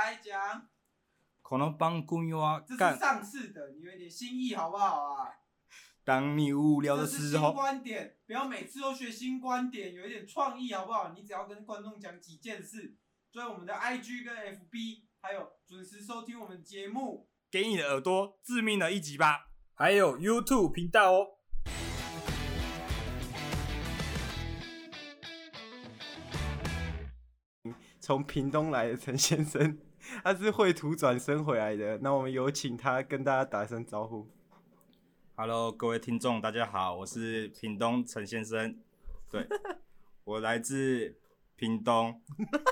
来讲。 この番組は这是上次的，你有一点新意好不好啊？ 当你无聊的这是新时候， 观点，不要每次都学新观点，有一点创意好不好？你只要跟观众讲几件事，追我们的 IG 跟 FB， 还有准时收听我们节目， 给你的耳朵致命的一击吧！还有 YouTube 频道哦。 从屏东来的陈先生，他是绘图转身回来的。那我们有请他跟大家打声招呼。 Hello， 各位听众，大家好，我是屏东陈先生。对，我来自屏东。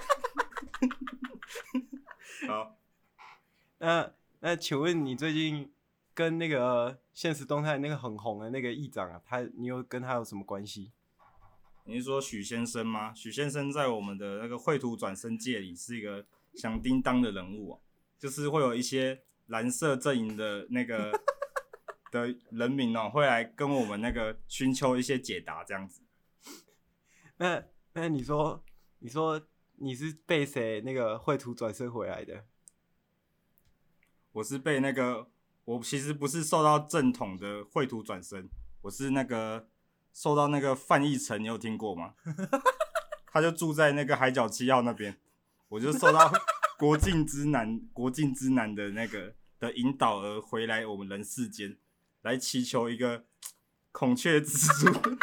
好， 那请问你最近跟那个现实动态那个很红的那个议长啊，你有跟他有什么关系？ 你是说许先生吗？许先生在我们的那个绘图转身界里是一个响叮当的人物就是会有一些蓝色阵营的那个的人民会来跟我们那个寻求一些解答这样子。 那你说你是被谁那个绘图转身回来的？ 我是被那个，我其实不是受到正统的绘图转身，我是那个受到那个范逸臣，你有听过吗？他就住在那个海角7号那边，我就受到国境之南的那个的引导而回来我们人世间，来祈求一个孔雀蜘蛛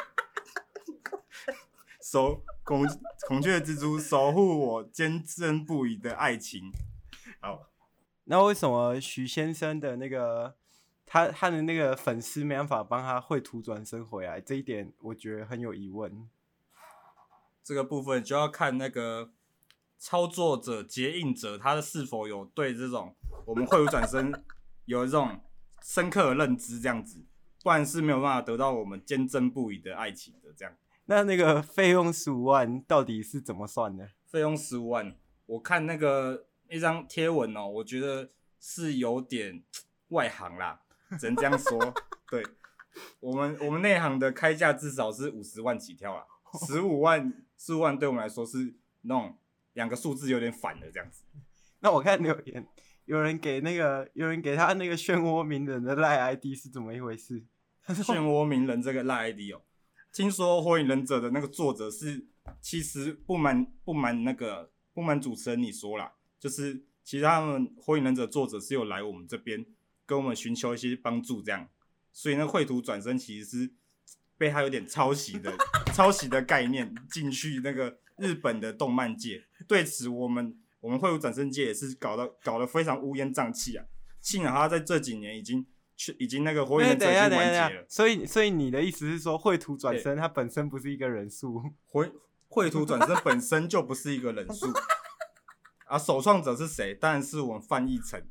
孔雀蜘蛛守护我坚贞不移的爱情。好。 那为什么许先生的那个他的那个粉丝没办法帮他绘图转身回来？这一点我觉得很有疑问。 这个部分就要看那个操作者、结印者他是否有对这种我们绘图转身有这种深刻的认知，这样子，不然是没有办法得到我们坚贞不移的爱情的这样。 那个费用15万到底是怎么算的？ 费用15万，我看那个一张贴文我觉得是有点外行啦，只能这样说。对，我们内行的开价至少是50万起跳啦，15万对我们来说是那种两个数字有点反的这样子。 那我看留言有人给他那个漩涡鸣人的赖 ID 是怎么一回事？ 漩涡鸣人这个赖 ID 听说火影忍者的那个作者是其实不瞒主持人你说啦，就是其实他们火影忍者作者是有来我们这边跟我们寻求一些帮助这样，所以那绘图转身其实是被他有点抄袭的概念进去那个日本的动漫界。对此我们绘图转身界也是搞得非常乌烟瘴气啊。幸好他在这几年已经那个火影忍者已经完结了。 所以你的意思是说绘图转身它本身不是一个人数？ 绘图转身本身就不是一个人数啊，首创者是谁？当然是我们范逸臣，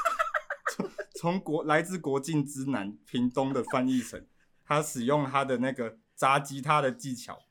来自国境之南屏东的范逸臣，他使用他的那个砸吉他的技巧，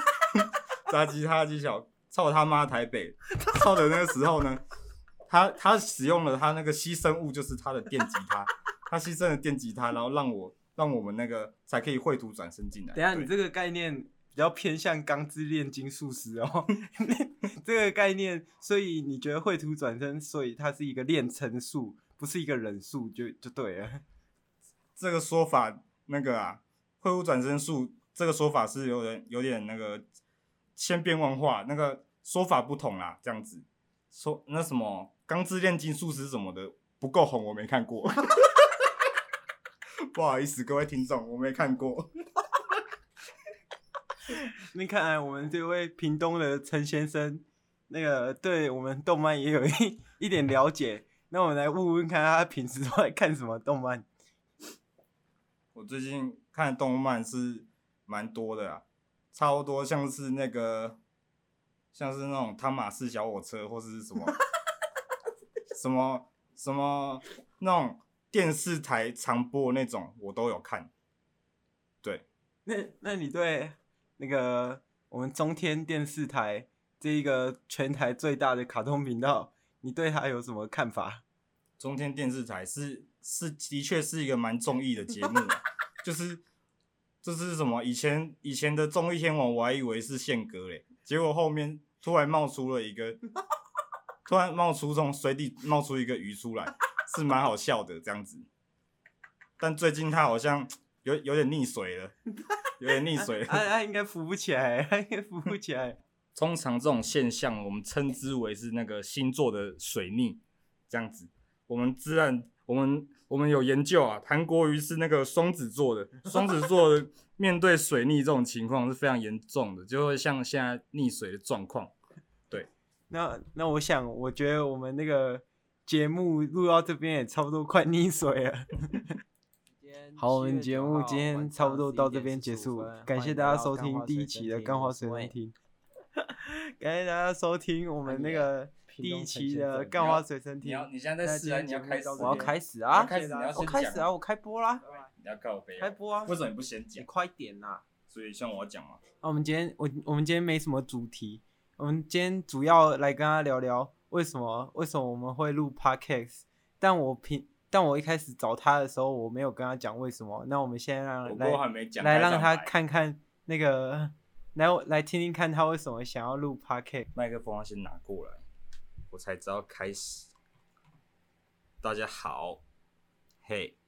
操他妈台北，操的那个时候呢，他使用了他那个牺牲物，就是他的电吉他，他牺牲了电吉他，然后让我们那个才可以绘图转身进来。 等一下，你这个概念比较偏向钢之炼金术师这个概念，所以你觉得绘图转身，所以它是一个炼成术，不是一个人数，就对了。 这个说法那个绘图转身术这个说法是有点那个千变万化，那个说法不同啦，这样子说那什么钢之炼金术师什么的不够红，我没看过。不好意思，各位听众，我没看过。 那看来我们这位屏东的陈先生，那个对我们动漫也有一点了解。那我们来问问看他平时都在看什么动漫。 我最近看的动漫是蛮多的啦，差不多像是那种汤马士小火车，或是什么什么那种电视台常播那种，我都有看。对， 那你对那个我们中天电视台这一个全台最大的卡通频道，你对它有什么看法？ 中天电视台是的确是一个蛮综艺的节目就是什么以前的综艺天王，我还以为是宪哥嘞，结果后面突然冒出了一个突然从水底冒出一个鱼出来，是蛮好笑的这样子。但最近他好像有点溺水了，有点溺水了。 他应该浮不起来，他应该浮不起来。 通常这种现象，我们称之为是那个星座的水逆，这样子。我们有研究啊，韩国瑜是那个双子座的，双子座的面对水逆这种情况是非常严重的，就会像现在溺水的状况。对， 那我觉得我们那个节目录到这边也差不多快溺水了。好，我们节目今天差不多到这边结束，感谢大家收听第1期的干花随身听。感谢大家收听我们那个第1期的干花随身听。 你现在在试啊？你要开始？ 我要开始啊！ 我开始啊！我开播啦！ 你要靠背？ 开播啊！ 为什么你不先讲？ 你快点啦！ 所以像我讲嘛。 我们今天没什么主题，我们今天主要来跟他聊聊为什么我们会录 podcast。但我一开始找他的时候，我没有跟他讲为什么。那我们现在来让他看看那个。来听听看他为什么想要录 podcast。 麦克风要先拿过来，我才知道开始。大家好，嘿，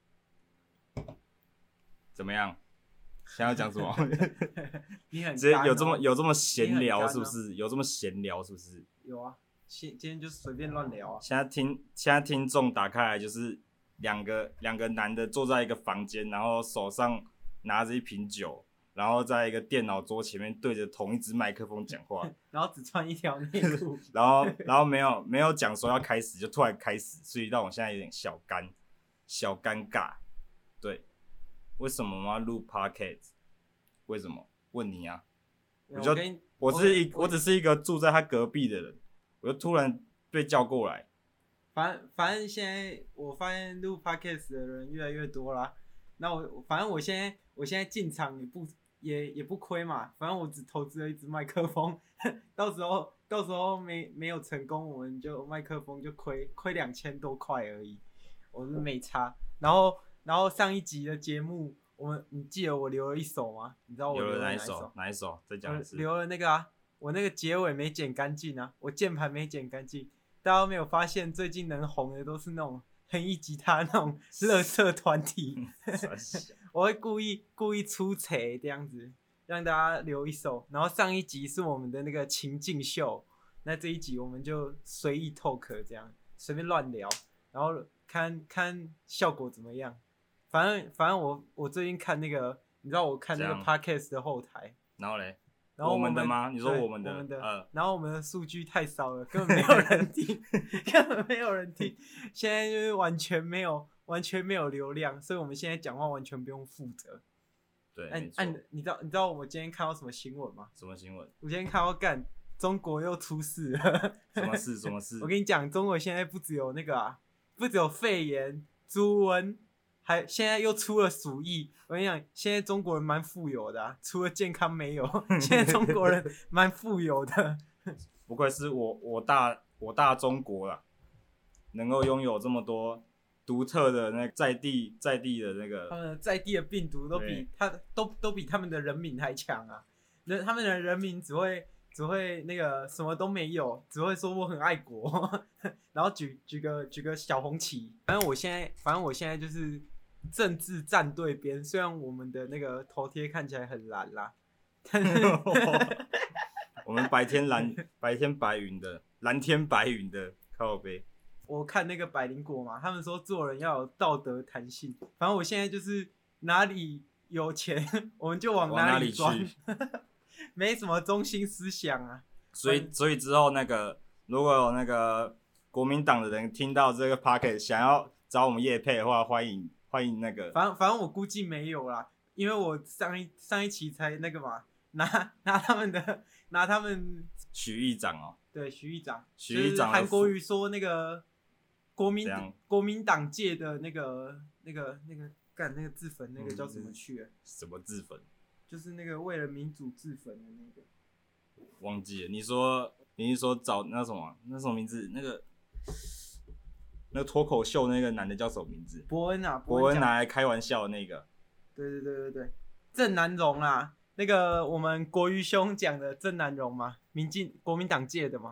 怎么样？现在要讲什么？ 你很直接有这么闲聊是不是？有这么闲聊是不是？ 有啊，今天就随便乱聊啊。 现在听众打开来就是两个男的坐在一个房间，然后手上拿着一瓶酒。然后在一个电脑桌前面对着同一支麦克风讲话， 然后只穿一条内裤， 然后没有讲说要开始，就突然开始，所以让我现在有点小尴尬。对，为什么我们要录 podcast？ 为什么？问你啊！我只是一个住在他隔壁的人，我就突然被叫过来。 反正现在我发现录 podcast 的人越来越多啦。那反正我现在进场也不亏嘛，反正我只投资了一支麦克风，到时候没有成功，我们就麦克风就亏2000多块而已，我是没差。然后上一集的节目，你记得我留了一首吗？你知道我留了哪一首？再讲一次。 留了那个啊，我那个结尾没剪干净啊，我键盘没剪干净。大家有没有发现最近能红的都是那种黑衣吉他那种垃圾团体？我会故意出彩这样子，让大家留一首。然后上一集是我们的那个情境秀，那这一集我们就随意 talk 这样，随便乱聊，然后看效果怎么样。反正我最近看那个，你知道我看那个 podcast 的后台， 然后嘞， 然后我们的吗？你说我们的，然后我们的数据太少了，根本没有人听，根本没有人听。现在就是完全没有流量，所以我们现在讲话完全不用负责。 对， 你知道我今天看到什么新闻吗？ 什么新闻？ 我今天看到中国又出事了。 什么事？ 我跟你讲，中国现在不只有那个不只有肺炎、猪瘟，现在又出了鼠疫。我跟你讲，现在中国人蛮富有的除了健康没有，现在中国人蛮富有的。 不愧是我大中国啦，能够拥有这么多独特的那在地的那个， 他们在地的病毒都比他们的人民还强啊！他们的人民只会那个什么都没有，只会说我很爱国，然后举个小红旗。反正我现在就是政治站对边，虽然我们的那个头贴看起来很蓝啦，但是我们白天白云的蓝天白云的靠北。 我看那个百灵果嘛，他们说做人要有道德弹性。反正我现在就是哪里有钱，我们就往哪里钻，没什么中心思想啊。 所以之后那个如果有那个国民党的人听到这个 podcast 想要找我们业配的话，欢迎那个。 反正我估计没有啦，因为我上一期才那个嘛，拿他们许议长哦。 对，许议长， 就是韩国瑜说那个国民党界的那个干那个自焚那个叫什么去了？ 什么自焚？ 就是那个为了民主自焚的那个。 忘记了，你是说找那什么名字？那个脱口秀那个男的叫什么名字？ 伯恩啊， 伯恩拿来开玩笑的那个。 对，郑南榕啊，那个我们国瑜兄讲的郑南榕嘛，国民党界的嘛，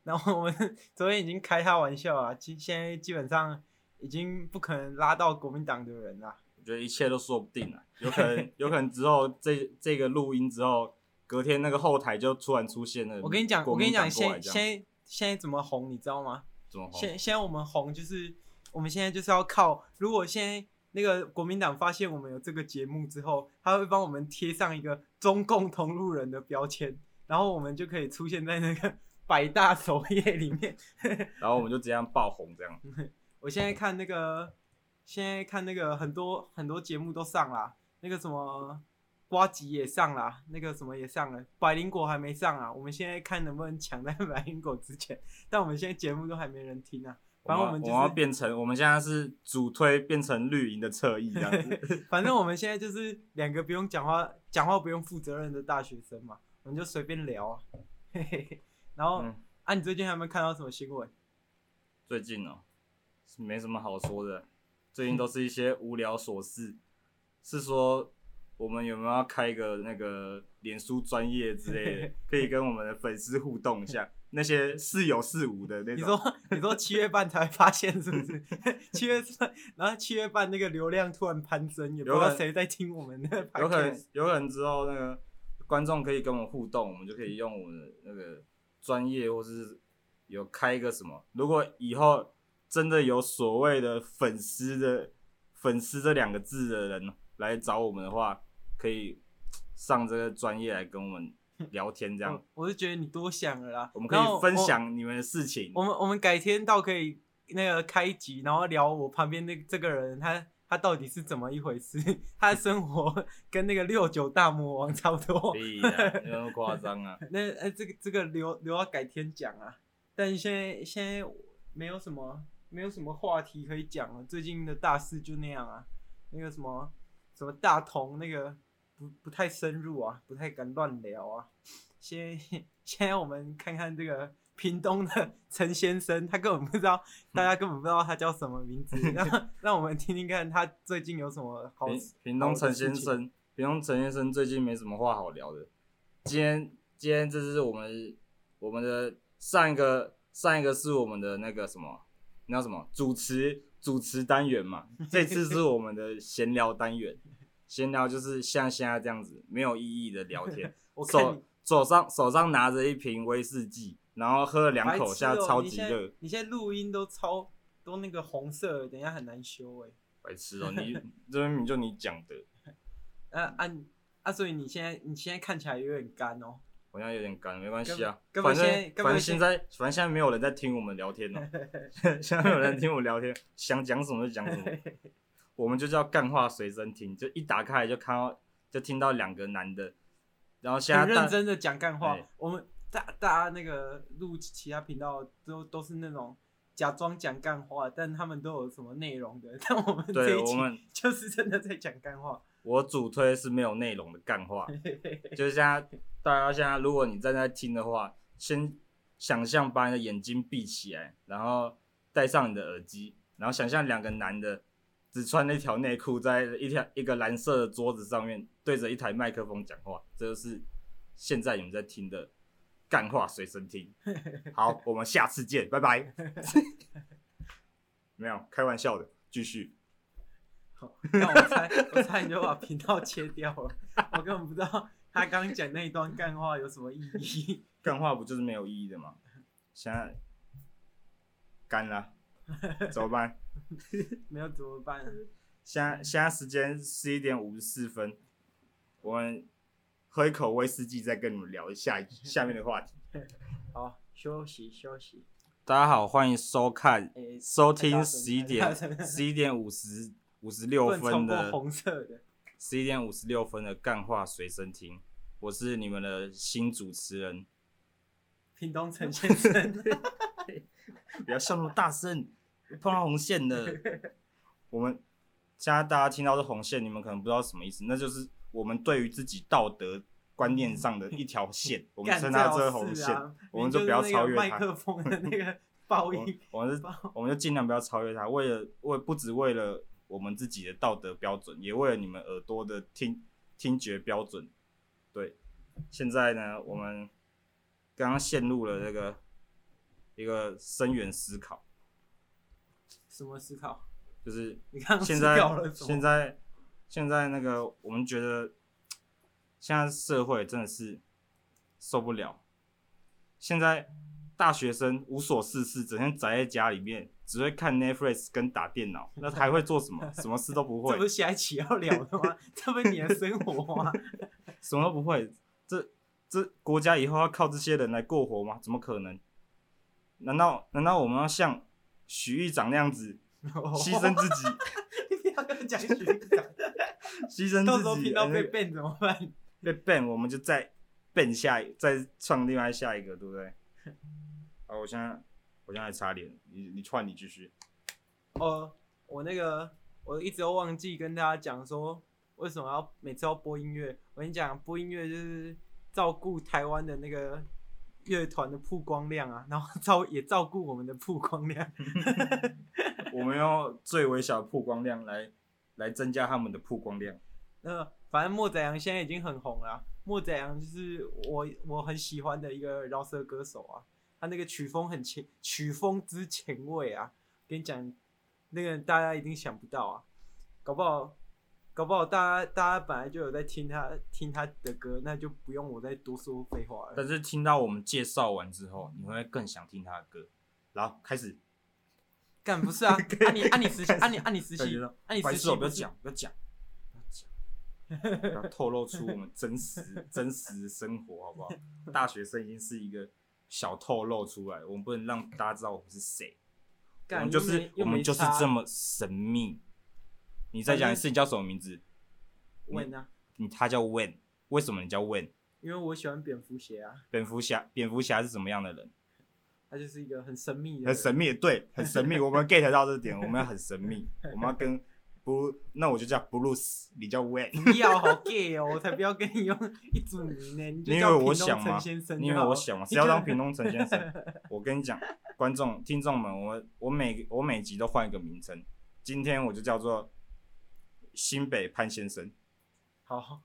然后我们昨天已经开他玩笑啊，现在基本上已经不可能拉到国民党的人啦。 我觉得一切都说不定啊，有可能之后这个录音之后，隔天那个后台就突然出现了。 我跟你讲，现在怎么红，你知道吗？ 怎么红？ 现在我们红就是我们现在就是要靠，如果现在那个国民党发现我们有这个节目之后，他会帮我们贴上一个中共同路人的标签，然后我们就可以出现在那个100大首页里面， 然后我们就这样爆红这样。 我现在看那个很多节目都上啦，那个什么呱吉也上啦，那个什么也上了，百灵果还没上啊。我们现在看能不能抢在百灵果之前，但我们现在节目都还没人听啊。反正我们要变成我们现在是主推变成绿营的侧翼这样子。 反正我们现在就是2个不用讲话不用负责任的大学生嘛，我们就随便聊啊。然后你最近还有没有看到什么新闻？ 最近没什么好说的，最近都是一些无聊琐事。是说我们有没有要开一个那个脸书专页之类的，可以跟我们的粉丝互动一下？那些似有似无的那种。 你说7月半才会发现是不是？7月半，然后7月半那个流量突然攀升，也不知道谁在听我们的 podcast。 有可能之后那个观众可以跟我们互动，我们就可以用我们的那个专业，或是有开一个什么。如果以后真的有所谓的粉丝这2个字的人来找我们的话，可以上这个专业来跟我们聊天这样。 我是觉得你多想了啦。 我们可以分享你们的事情。 我们改天到可以那个开一集，然后聊我旁边这个人他到底是怎么一回事？他的生活跟那个69大魔王差不多。 没那么夸张啊。 那这个留到改天讲啊。但现在没有什么话题可以讲了。最近的大事就那样啊。那个什么大同那个不太深入啊，不太敢乱聊啊。现在我们看看这个屏东的陈先生，大家根本不知道他叫什么名字，让我们听听看他最近有什么好。 屏东陈先生最近没什么话好聊的。今天这是我们的上一个是我们的那个什么，那叫什么主持单元嘛，这次是我们的闲聊单元。闲聊就是像现在这样子没有意义的聊天。手上拿着一瓶威士忌，然后喝了2口下超级热。 你现在录音都那个红色，等一下很难修白痴你这明明就你讲的。 所以你现在看起来有点干哦。 好像有点干，没关系啊。 反正现在没有人在听我们聊天现在没有人听我们聊天，想讲什么就讲什么。我们就叫干话随身听，就一打开就听到2个男的，然后现在很认真的讲干话。我们大家那个录其他频道都是那种假装讲干话，但他们都有什么内容的。但我们这一期就是真的在讲干话。 我主推是没有内容的干话，就是大家现在如果你正在听的话，先想象把你的眼睛闭起来，然后戴上你的耳机，然后想象2个男的只穿那条内裤，在一个蓝色的桌子上面对着一台麦克风讲话，这就是现在你们在听的干话随身听。好，我们下次见，拜拜。没有开玩笑的，继续。 那我猜你就把频道切掉了。我根本不知道他刚刚讲那一段干话有什么意义。 干话不就是没有意义的吗？现在干了，怎么办？ 没有怎么办？ 现在时间11点54分，我们喝一口威士忌，再跟你们聊一下下面的话题。 好，休息。 大家好，欢迎收听11点56分的红色的 11点56分的干话随身听。我是你们的新主持人屏东陈先生。 不要笑那么大声，碰到红线了。我们现在大家听到是红线，你们可能不知道什么意思，那就是我们对于自己道德观念上的一条线，我们称它这个红线，我们就不要超越它。 麦克风的那个爆音， 我们就尽量不要超越它，不只为了我们自己的道德标准，也为了你们耳朵的听觉标准。对，现在呢，我们刚刚陷入了这个一个深远思考， 什么思考？ 就是你刚刚思现在考了什么？ 现在那个我们觉得现在社会真的是受不了，现在大学生无所事事，整天宅在家里面，只会看 Netflix 跟打电脑，那还会做什么？什么事都不会。 这不是下一期要聊的吗？这不是你的生活吗？ 什么都不会。这国家以后要靠这些人来过活吗？怎么可能？难道我们要像许议长那样子牺牲自己？ 你不要跟我讲许议长， 牺牲自己， 到时候频道被 ban 怎么办？ 被 ban 我们就再 ban 再创另外下一个，对不对？好，我现在还差点，你继续。 我一直都忘记跟大家讲说，为什么要每次要播音乐？我跟你讲，播音乐就是照顾台湾的那个乐团的曝光量啊，然后也照顾我们的曝光量。 我们用最微小的曝光量来增加他们的曝光量。 反正莫宰阳现在已经很红了啊，莫宰阳就是我很喜欢的一个饶舌歌手啊，他那个曲风之前卫啊，跟你讲，那个大家一定想不到啊，搞不好大家本来就有在听他的歌，那就不用我再多说废话了。 但是听到我们介绍完之后，你会更想听他的歌。然后开始， 干不是啊？你实习， 白痴哦，不要讲，不要透露出我们真实的生活，好不好？大学生已经是一个小透露出来，我们不能让大家知道我们是谁。我们就是这么神秘。你再讲一次，你叫什么名字 ？Wen 啊， 他叫 Wen， 为什么你叫 Wen？ 因为我喜欢蝙蝠侠啊。 蝙蝠侠是什么样的人？ 他就是一个很神秘的人， 很神秘，对，很神秘。我们 get 到这点，我们要很神秘，我们要跟那我就叫 Bruce， 你叫 Wen。 不要好 gay 哦，我才不要跟你用一组名呢，你就叫屏东陈先生。 你以为我想吗？谁要当屏东陈先生？我跟你讲，听众们，我每集都换一个名称，今天我就叫做新北潘先生。 好，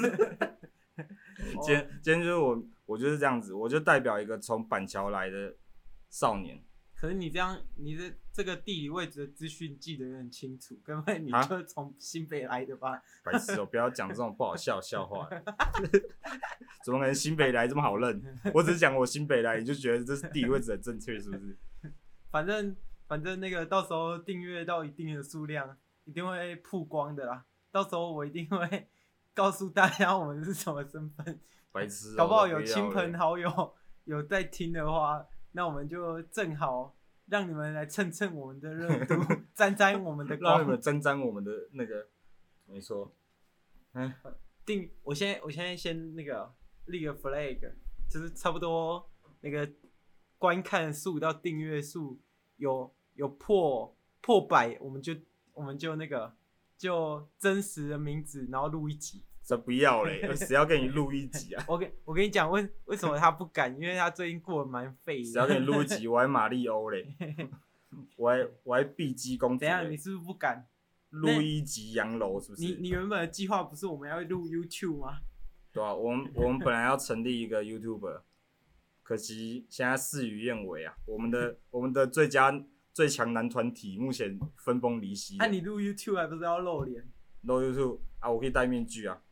今天就是我就是这样子，我就代表一个从板桥来的少年。 可是你这样，你的这个地理位置的资讯记得很清楚，根本你就是从新北来的吧？ 白痴哦，不要讲这种不好笑的笑话。怎么可能新北来这么好认？我只是讲我新北来，你就觉得这是地理位置很正确，是不是？ 反正那个到时候订阅到一定的数量，一定会曝光的啦。到时候我一定会告诉大家我们是什么身份。 白痴哦， 搞不好有亲朋好友有在听的话，那我们就正好让你们来蹭我们的热度，沾我们的光， 让你们沾我们的那个，没错。 我现在先那个立个 flag， 就是差不多那个观看数到订阅数有破100，我们就那个就真实的名字，然后录一集。 这不要嘞，谁要跟你录一集啊？ 我跟你讲，为什么他不敢？因为他最近过得蛮废的。 谁要跟你录一集？我还马里欧嘞，我还碧姬公主。 等一下，你是不是不敢录一集洋楼？是不是？ 你原本的计划不是我们要录 YouTube 吗？ 对啊，我们本来要成立一个 YouTuber， 可惜现在事与愿违啊。我们的最强男团体目前分崩离析。 你录 YouTube 还不是要露脸？ 露 YouTube 啊，我可以戴面具啊。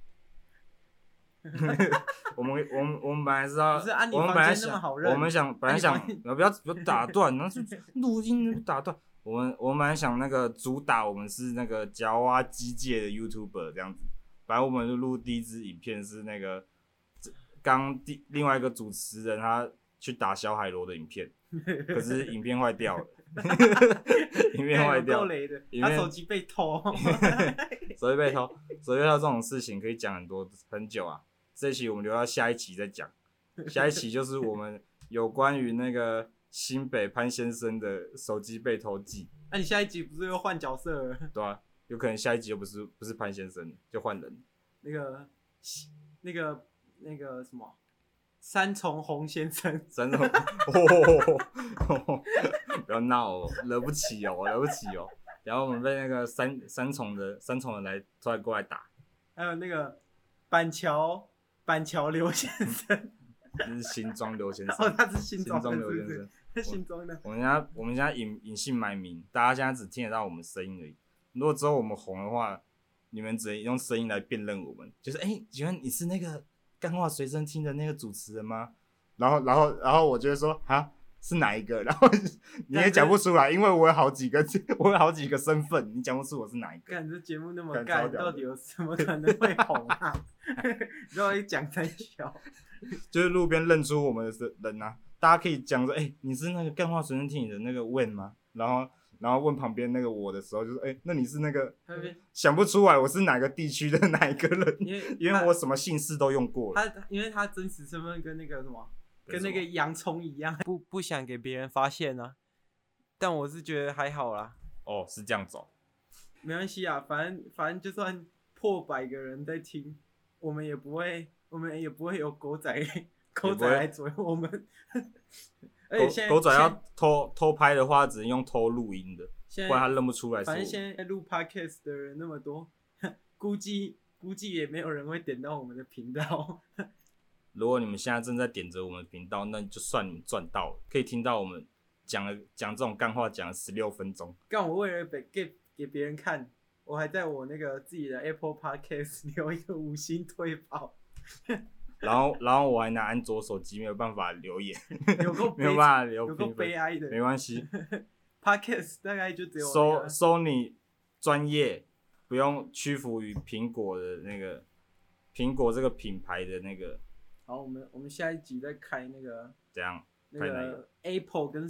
我们本来是要， 不是啊，你房间那么好认， 我们本来想，不要打断，然后录音打断。我们本来想那个主打我们是那个夹娃机界的 YouTuber 这样子，反正我们就录第一支影片是那个另外一个主持人他去打小海螺的影片，可是影片坏掉了。影片坏掉， 他手机被偷， 手机被偷这种事情可以讲很久啊。这一期我们留到下一期再讲，下一期就是我们有关于那个新北潘先生的手机被偷记。 那你下一集不是又换角色了？ 对啊，有可能下一集又不是潘先生，就换人。 那个什么？三重红先生， 不要闹哦，惹不起哦。然后我们被那个三重的来突然过来打。 还有那个板桥刘先生， 这是新庄刘先生。 他是新庄刘先生。 他心中呢？ 我们现在隐姓埋名，大家现在只听得到我们声音而已。如果之后我们红的话，你们只能用声音来辨认我们，就是请问你是那个干话随身听的那个主持人吗？然后我就会说哈是哪一个？然后你也讲不出来，因为我有好几个身份，你讲不出我是哪一个。 干这节目那么干，到底有什么可能会红啊？然后一讲太小， 就是路边认出我们的人啊，大家可以讲说，你是那个干话随身听的那个问吗？然后问旁边那个我的时候，就是那你是那个想不出来我是哪个地区的哪一个人，因为我什么姓氏都用过了。 因为他真实身份跟那个什么，跟那个洋葱一样，不想给别人发现啊。但我是觉得还好啦。 哦，是这样子哦。 没关系啊，反正就算破100个人在听，我们也不会有狗仔来追我们。 狗仔要偷拍的话，只能用偷录音的，不然他认不出来。 反正现在录 podcast 的人那么多，估计也没有人会点到我们的频道。 如果你们现在正在点着我们的频道，那就算你们赚到了，可以听到我们讲这种干话讲了16分钟。 干我为了给别人看，我还在我那个自己的 Apple Podcast 留一个5星推爆。 然后我还拿安卓手机没有办法留言，没有办法留评分， 有够悲哀的。 没关系 ，Podcast 大概就只有收你专业，不用屈服于苹果的那个苹果这个品牌的那个。 好，我们下一集再开那个怎样？ 那个 Apple 跟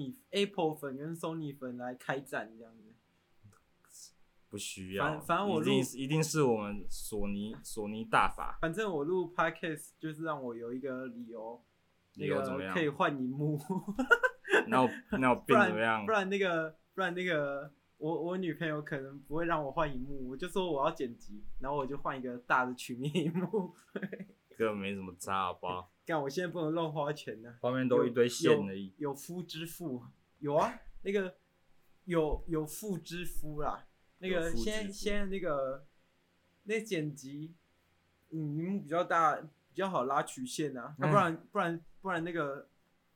Sony 粉跟 Sony 粉来开战这样子。 不需要， 反正我一定是我们索尼大法。 反正我录 podcast 就是让我有一个理由怎么样？ 可以换萤幕。 那我变怎么样？ 不然那个我女朋友可能不会让我换萤幕，我就说我要剪辑，然后我就换一个大的曲面萤幕。 根本没什么差，好不好？ 干，我现在不能乱花钱呢。 画面都一堆线而已。 有夫之妇，有啊，那个有妇之夫啦。那个现在那剪辑，荧幕比较大，比较好拉曲线啊。不然那个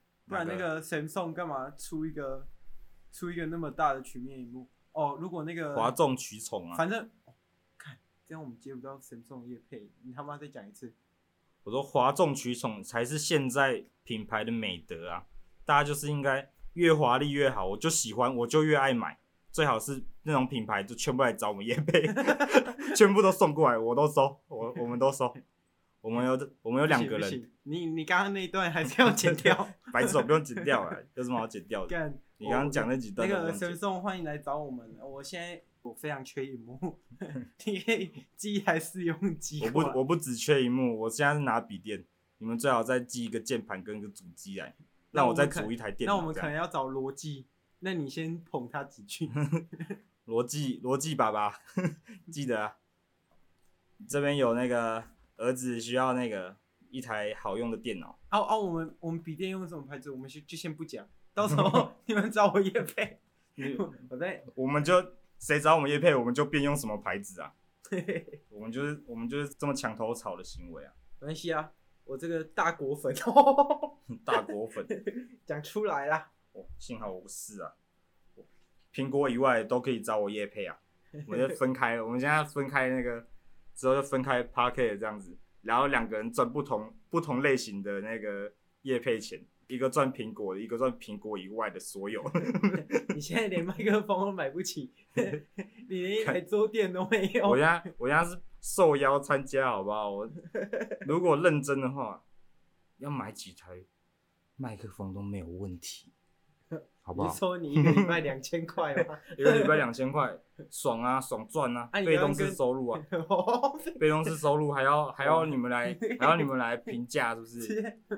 Samsung 干嘛出一个那么大的曲面荧幕？哦，如果那个哗众取宠啊。 反正看这样我们接不到 Samsung 业配，你他妈再讲一次。 我说哗众取宠才是现在品牌的美德啊！大家就是应该越华丽越好，我就喜欢，我就越爱买。最好是那种品牌就全部来找我们业配，全部都送过来，我都收，我们都收。我们有2个人。 你刚刚那一段还是要剪掉。 白痴，我不用剪掉了，有什么好剪掉的？你刚刚讲那几段那个Samsung欢迎来找我们。我现在非常缺萤幕，你可以寄台试用机。 我不只缺萤幕，我现在是拿笔电，你们最好再寄一个键盘跟一个主机来，让我再组一台电脑。 那我们可能要找罗技。那你先捧他几句。 罗技爸爸，记得啊。这边有那个儿子需要那个一台好用的电脑。 我们笔电用什么牌子？我们就先不讲，到时候你们找我业配。 我们就谁找我们业配，我们就便用什么牌子啊。我们就是这么墙头草的行为啊。 没关系啊，我这个大果粉。 大果粉讲出来啦。 幸好我不是啊，苹果以外都可以找我业配啊。我们就分开了，我们现在分开那个之后就分开 Podcast 这样子，然后2个人赚不同类型的那个业配钱，一个赚苹果的，一个赚苹果以外的所有。 你现在连麦克风都买不起，你连一台桌垫都没有。 我现在是受邀参加，好不好？我如果认真的话，要买几台麦克风都没有问题。好不好？ 你说你一个礼拜2000块吗？ 一个礼拜2000块，爽啊，爽赚啊，被动式收入啊，被动式收入还要你们来评价，是不是？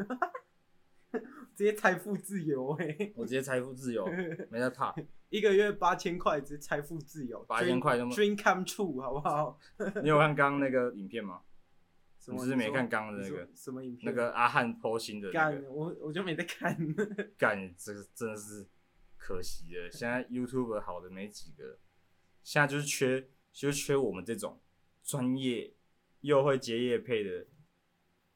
直接财富自由我直接财富自由，没在怕。 一个月8000块，直接财富自由 ，8000块就 dream come true， 好不好？ 你有看刚刚那个影片吗？ 你是没看刚刚的那个什么影片？ 那个阿汉po新的那个， 我就没在看。 干，这个真的是可惜了。现在 YouTube 好的没几个，现在就是缺我们这种专业又会接业配的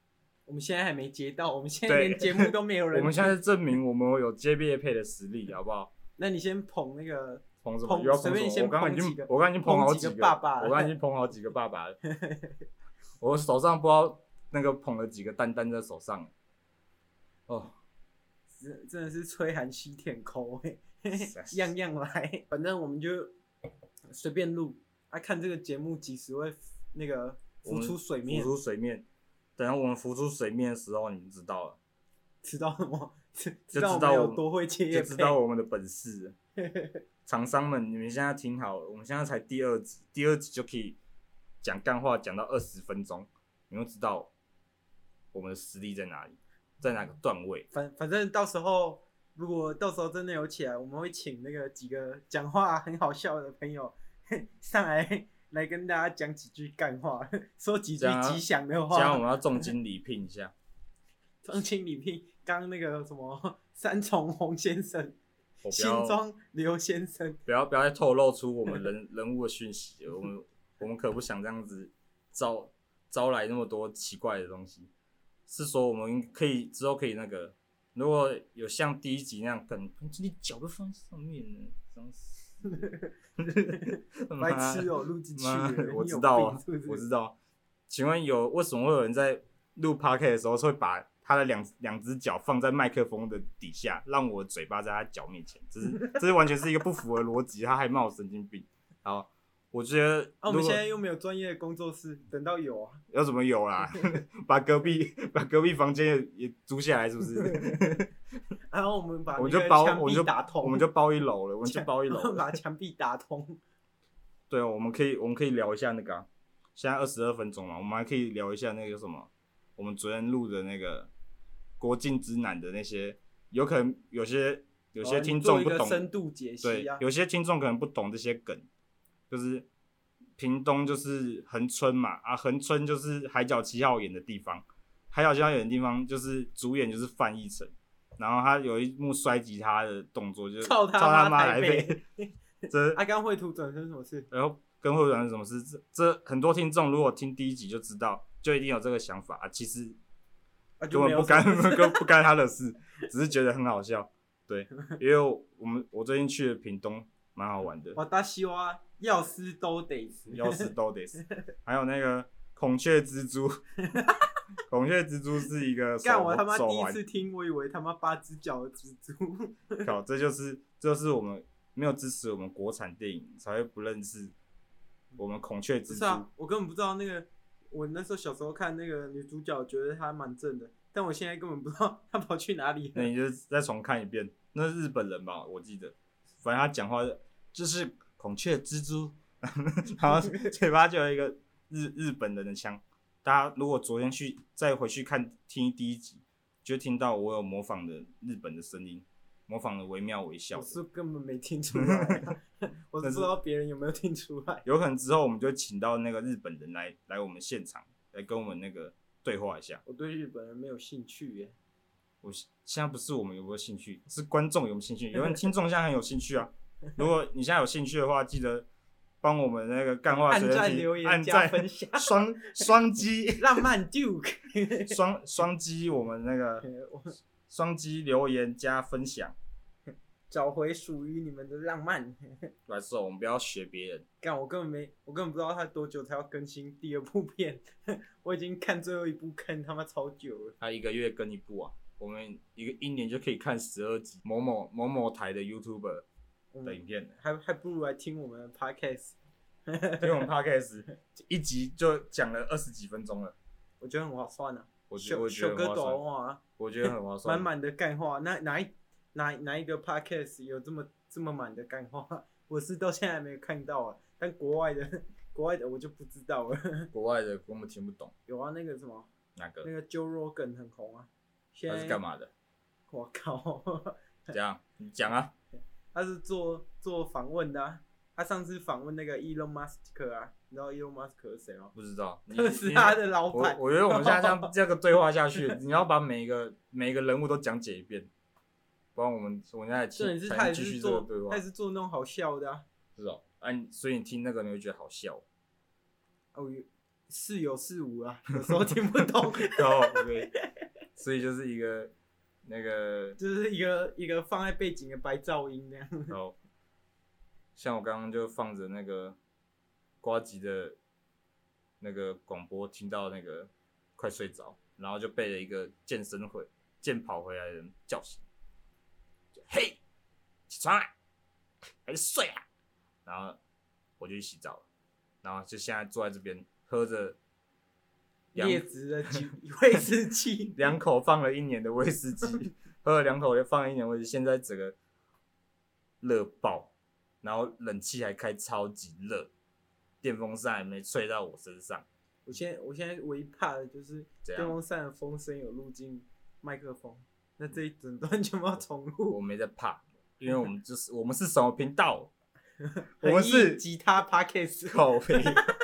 我们现在还没接到，我们现在对连节目都没有人。 我们现在是证明我们有接业配的实力，好不好？ 那你先捧那个， 捧什么？又要捧什么？ 随便先我刚刚已捧几个， 经捧好几个爸爸了， 我刚刚已经捧好几个爸爸了。我手上不知道那个捧了几个蛋蛋在手上。哦， 真的是吹寒吸舔抠样样来。反正我们就随便录，看这个节目几时会那个浮出水面。 浮出水面，等到我们浮出水面的时候，你就知道了。 知道什么？ 就知道我们有多会接业配， 就知道我们的本事了。厂商们，你们现在听好了，我们现在才第二集，第二集就可以讲干话，讲到20分钟，你就知道我们的实力在哪里，在哪个段位。 反正到时候，如果到时候真的有起来，我们会请那个几个讲话很好笑的朋友上来跟大家讲几句干话，说几句吉祥的话。 这样我们要重金礼聘一下。 重金礼聘，刚那个什么三重洪先生。新庄刘先生， 不要再透露出我们人物的讯息，我们可不想这样子招来那么多奇怪的东西。是说我们可以之后可以那个，如果有像第一集那样，你脚都放在上面了，脏死！ 白痴哦，录进去了， 我知道啊，我知道。请问为什么会有人在录 podcast 的时候会把他的两只脚放在麦克风的底下，让我的嘴巴在他脚面前，这是完全是一个不符合逻辑，他还骂我神经病。好，我觉得我们现在又没有专业的工作室，等到有啊， 要怎么有啦？把隔壁房间也租下来，是不是？ 然后我们把我就包打通， 我们就包一楼了，我们就包一楼了， 把墙壁打通。 对，我们可以聊一下那个现在22分钟嘛，我们还可以聊一下那个什么，我们昨天录的那个国境之南的那些，有可能有些听众不懂， 深度解析啊， 对，有些听众可能不懂这些梗，就是屏东就是恒春嘛，恒春就是海角7号演的地方，海角7号演的地方就是主演就是范逸臣，然后他有一幕摔吉他的动作，就是操他妈台北。这刚绘图转成什么事？ 然后跟绘图转成什么事？这很多听众如果听第一集就知道，就一定有这个想法啊。其实根本不干他的事，只是觉得很好笑。对，因为我最近去了屏东，蛮好玩的。 我大西瓜要死都得死， 还有那个孔雀蜘蛛，孔雀蜘蛛是一个干我他妈第一次听，我以为他妈8只脚的蜘蛛。 靠，这就是我们没有支持我们国产电影，才会不认识我们孔雀蜘蛛。 是啊，我根本不知道那个，我那时候小时候看那个女主角，觉得她蛮正的，但我现在根本不知道她跑去哪里了。 那你就再重看一遍，那是日本人吧？我记得，反正他讲话就是孔雀蜘蛛，然后嘴巴就有一个日本人的腔。大家如果昨天再回去听第一集，就听到我有模仿的日本的声音。模仿的惟妙惟肖， 我是根本没听出来，我不知道别人有没有听出来。 有可能之后我们就请到那个日本人来我们现场，来跟我们那个对话一下。 我对日本人没有兴趣耶。 我现在不是我们有没有兴趣，是观众有没有兴趣。有人听众现在很有兴趣啊。如果你现在有兴趣的话，记得帮我们那个干话按赞、留言、加分享， 双击浪漫 Duke， 双击我们那个。双击留言加分享， 找回属于你们的浪漫。 来说，我们不要学别人。 干，我根本不知道他多久才要更新第2部片，我已经看最后一部看他妈超久了。 他1个月更一部啊，我们一年就可以看12集某某台的 YouTuber 的影片， 还不如来听我们的 Podcast。 听我们 Podcast 一集就讲了20几分钟了， 我觉得很划算啊。 我觉得很划算。我觉得很划算， 满满的干话。哪一个 podcast 有这么满的干话？我是到现在还没有看到啊。但国外的我就不知道了。 国外的我们听不懂。 有啊，那个什么， 哪个？ 那个 Joe Rogan 很红啊。 他是干嘛的？ 我靠！ 怎样？你讲啊。 他是做访问的啊。他上次访问那个 Elon Musk 啊，你知道 Elon Musk 是谁吗？ 不知道， 特斯拉的老板。 我觉得我们现在这个对话下去，你要把每一个人物都讲解一遍，不然我们现在才继续这个对话。 他也是做那种好笑的啊。 是哦，所以你听那个你会觉得好笑。 哦， 似有似无啊，有时候听不懂。 对，所以就是一个那个， 就是一个放在背景的白噪音那样。 好，像我刚刚就放着那个呱吉的那个广播，听到那个快睡着，然后就被了一个健跑回来的人叫醒，嘿，起床啊，还是睡啊？然后我就去洗澡了，然后就现在坐在这边喝着劣质的威士忌， 2口放了1年的威士忌，喝了2口放了1年威士忌，现在整个热爆，然后冷气还开超级热，电风扇还没吹到我身上。 我现在唯一怕的就是怎样电风扇的风声有录进麦克风，那这一整段全部要重录。 我没在怕，因为我们是什么频道？我们恒是毅吉他 podcast， 口碑。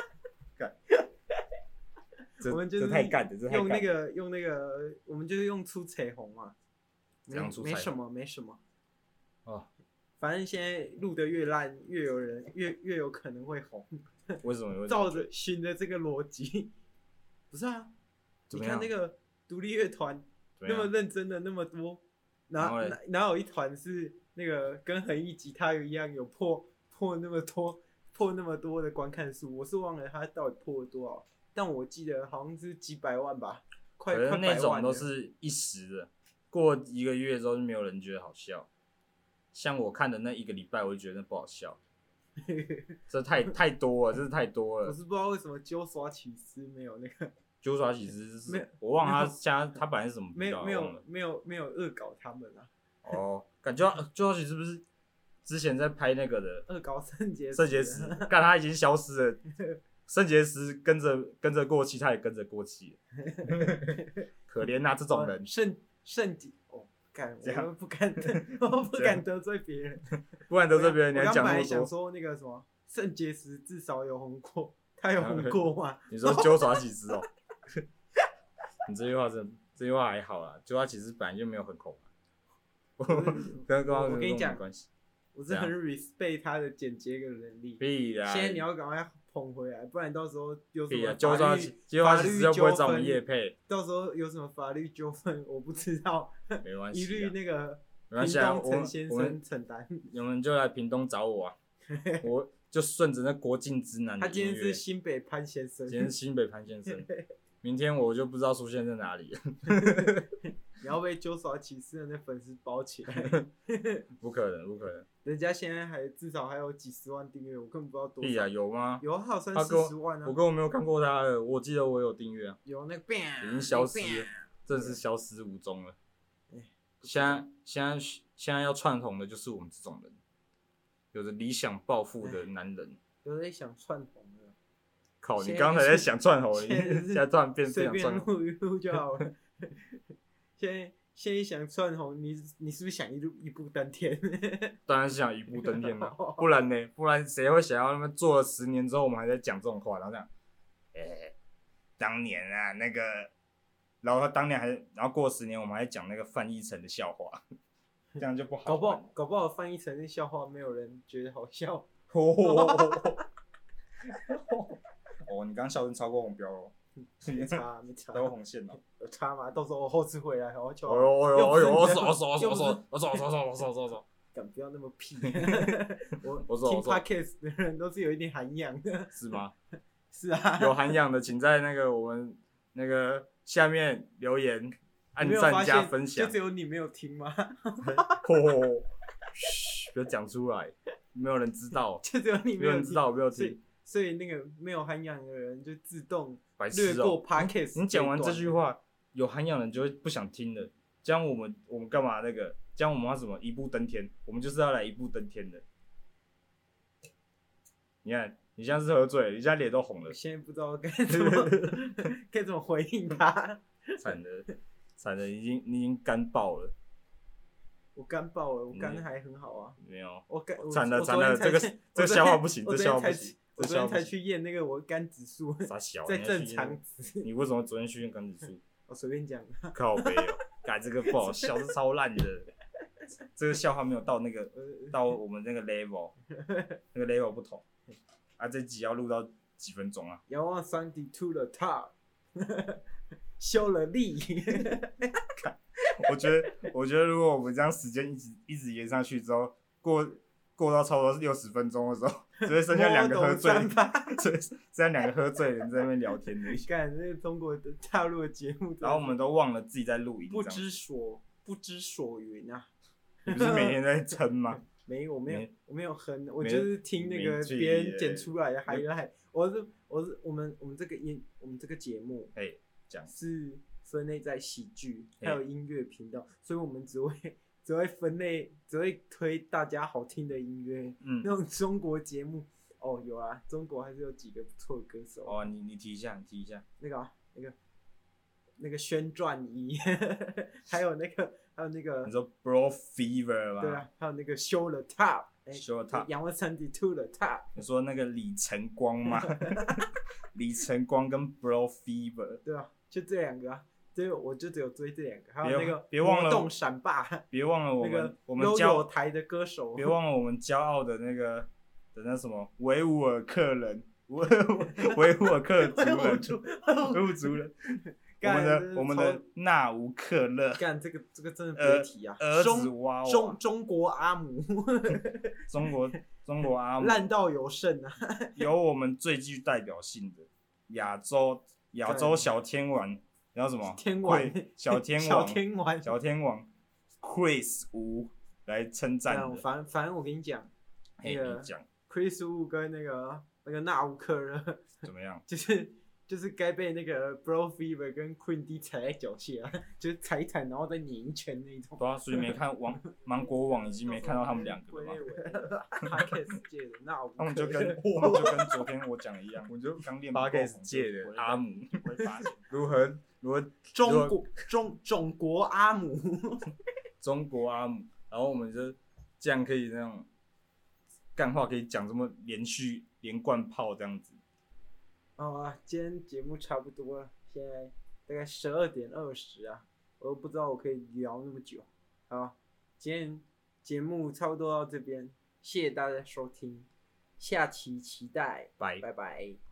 我们就是这太干了，这太干了。 用那个，我们就是用出彩虹嘛，没什么没什么。 哦， 反正现在录的越烂，越有可能会红。 为什么？ 照着循着这个逻辑，不是啊？你看那个独立乐团那么认真的那么多，哪有一团是那个跟恒毅吉他一样有破那么多的观看数？我是忘了他到底破了多少，但我记得好像是几百万吧，快100万。 那种都是一时的，过1个月之后就没有人觉得好笑。像我看的那1个礼拜，我就觉得那不好笑。这太多了，真是太多了。 我是不知道为什么鸠爪起司没有那个。 鸠爪起司是，我忘了他本来是什么频道， 没有恶搞他们啊。 哦，感觉鸠爪起司不是之前在拍那个的恶搞圣洁石， 干他已经消失了。圣洁石跟着过气，他也跟着过气了。可怜啊，这种人。 圣洁哦，我不敢得罪别人， 不敢得罪别人，你还讲那么多。 我刚本来想说那个什么圣洁石至少有红过，他有红过吗？ 你说鸠爪起司哦？你这句话还好啦，鸠爪起司本来就没有很红。跟我跟你讲， 关系。 我是很 respect 他的剪接跟能力。 必然。 现在你要赶快捧回来，不然到时候有什么鸠爪起司又不会找我们业配， 到时候有什么法律纠纷，我不知道。 没关系， 一律那个没关系啊， 屏东陈先生承担。 你们就来屏东找我啊，我就顺着那国境之南的音乐。 他今天是新北潘先生， 今天是新北潘先生，明天我就不知道出现在哪里了。 你要被鸠爪起司的那粉丝包起来。 不可能，不可能。 人家现在至少还有几十万订阅，我根本不知道多少。 屁啊，有吗？ 有，还有30-40万啊！ 我根本没有看过他的，我记得我有订阅啊。 有那个， 已经消失了，真的是消失无踪了。现在要窜红的就是我们这种人，有着理想抱负的男人。 有在想窜红的。 靠！你刚才在想窜红，现在突然变随想窜红。 便录一录就好了。现在想窜红，你是不是想一步登天？ 当然是想一步登天了，不然呢？不然谁会想要他们做了10年之后，我们还在讲这种话，然后这样，当年啊那个，然后他当年然后过10年，我们还讲那个范逸臣的笑话，这样就不好。 搞不好范逸臣的笑话没有人觉得好笑。 哦，你刚刚笑声超过红标了。 没差， 都红线了， 有差吗？到时候我后次回来，我求。 我走， 敢不要那么屁！我听 podcast 的人都是有一点涵养的， 是吗？ 是啊， 有涵养的，请在那个我们那个下面留言、按赞加分享。 就只有你没有听吗？ 嘘，不要讲出来，没有人知道。 就只有你没有人知道，没有听。 所以那个没有涵养的人就自动略过 podcast。 你讲完这句话，有涵养的人就会不想听了。这样我们干嘛那个？这样我们要什么一步登天？我们就是要来一步登天的。你看，你现在是喝醉了，你现在脸都红了。 我现在不知道该怎么回应他。 惨了，你已经干爆了。 我干爆了，我干还很好啊。 没有， 我惨了，这个笑话不行，这笑话不行。 我昨天才去验那个我肝指数，在正常值。 你为什么昨天去验肝指数？ 我随便讲。 靠北哦，改这个不好笑，是超烂的。这个笑话没有到到我们那个 level， 那个 level 不同。啊，这集要录到几分钟啊？ 仰望上帝 to the top， 修了力。 我觉得如果我们这样时间一直延上去之后，过到差不多60分钟的时候，只会剩下2个喝醉，剩下2个喝醉的人在那边聊天而已。 干那个中国的大陆的节目， 然后我们都忘了自己在录音， 不知所云啊！ 你不是每天在撑吗？ 没有，我没有哼，我就是听那个别人剪出来的 highlight。我们这个节目， 讲是分类在喜剧还有音乐频道，所以我们只会分类，只会推大家好听的音乐。那种中国节目，有啊，中国还是有几个不错的歌手。 你提一下， 那个宣传仪，还有那个。 你说 Bro Fever 吧？ 对啊，还有那个 Show the Top，Show the Top， 仰望上帝 to the top。 你说那个李晨光吗？李晨光跟 Bro Fever。 对啊，就这2个啊，我就只有追这2个，还有那个别忘了魔动闪霸， 别忘了我们有台的歌手， 别忘了我们骄傲的那什么维吾尔克人，维吾尔克族人。我们的纳吾克勒， 干这个真的别提啊！ 儿子娃娃， 中国阿姆， 中国阿姆烂到有剩啊！ 有我们最具代表性的亚洲小天王，然后什么小天王 Chris Wu 来称赞的。 反正我跟你讲，那个 Chris Wu 跟那个纳吾克勒怎么样？ 就是该被那个 Bro Fever 跟 Queen D 踩在脚下，就是踩一踩，然后再碾一拳那种。 对啊，所以没看芒果网已经没看到他们2个了嘛。Podcast 界的那他们就跟昨天我讲的一样，我就刚练 Podcast 界的阿姆， 会发现如何中国阿姆， 中国阿姆，然后我们就这样可以那种干话可以讲这么连贯炮这样子。 今天节目差不多了，现在大概12:20啊，我都不知道我可以聊那么久。好，今天节目差不多到这边，谢谢大家收听，下期期待，拜拜。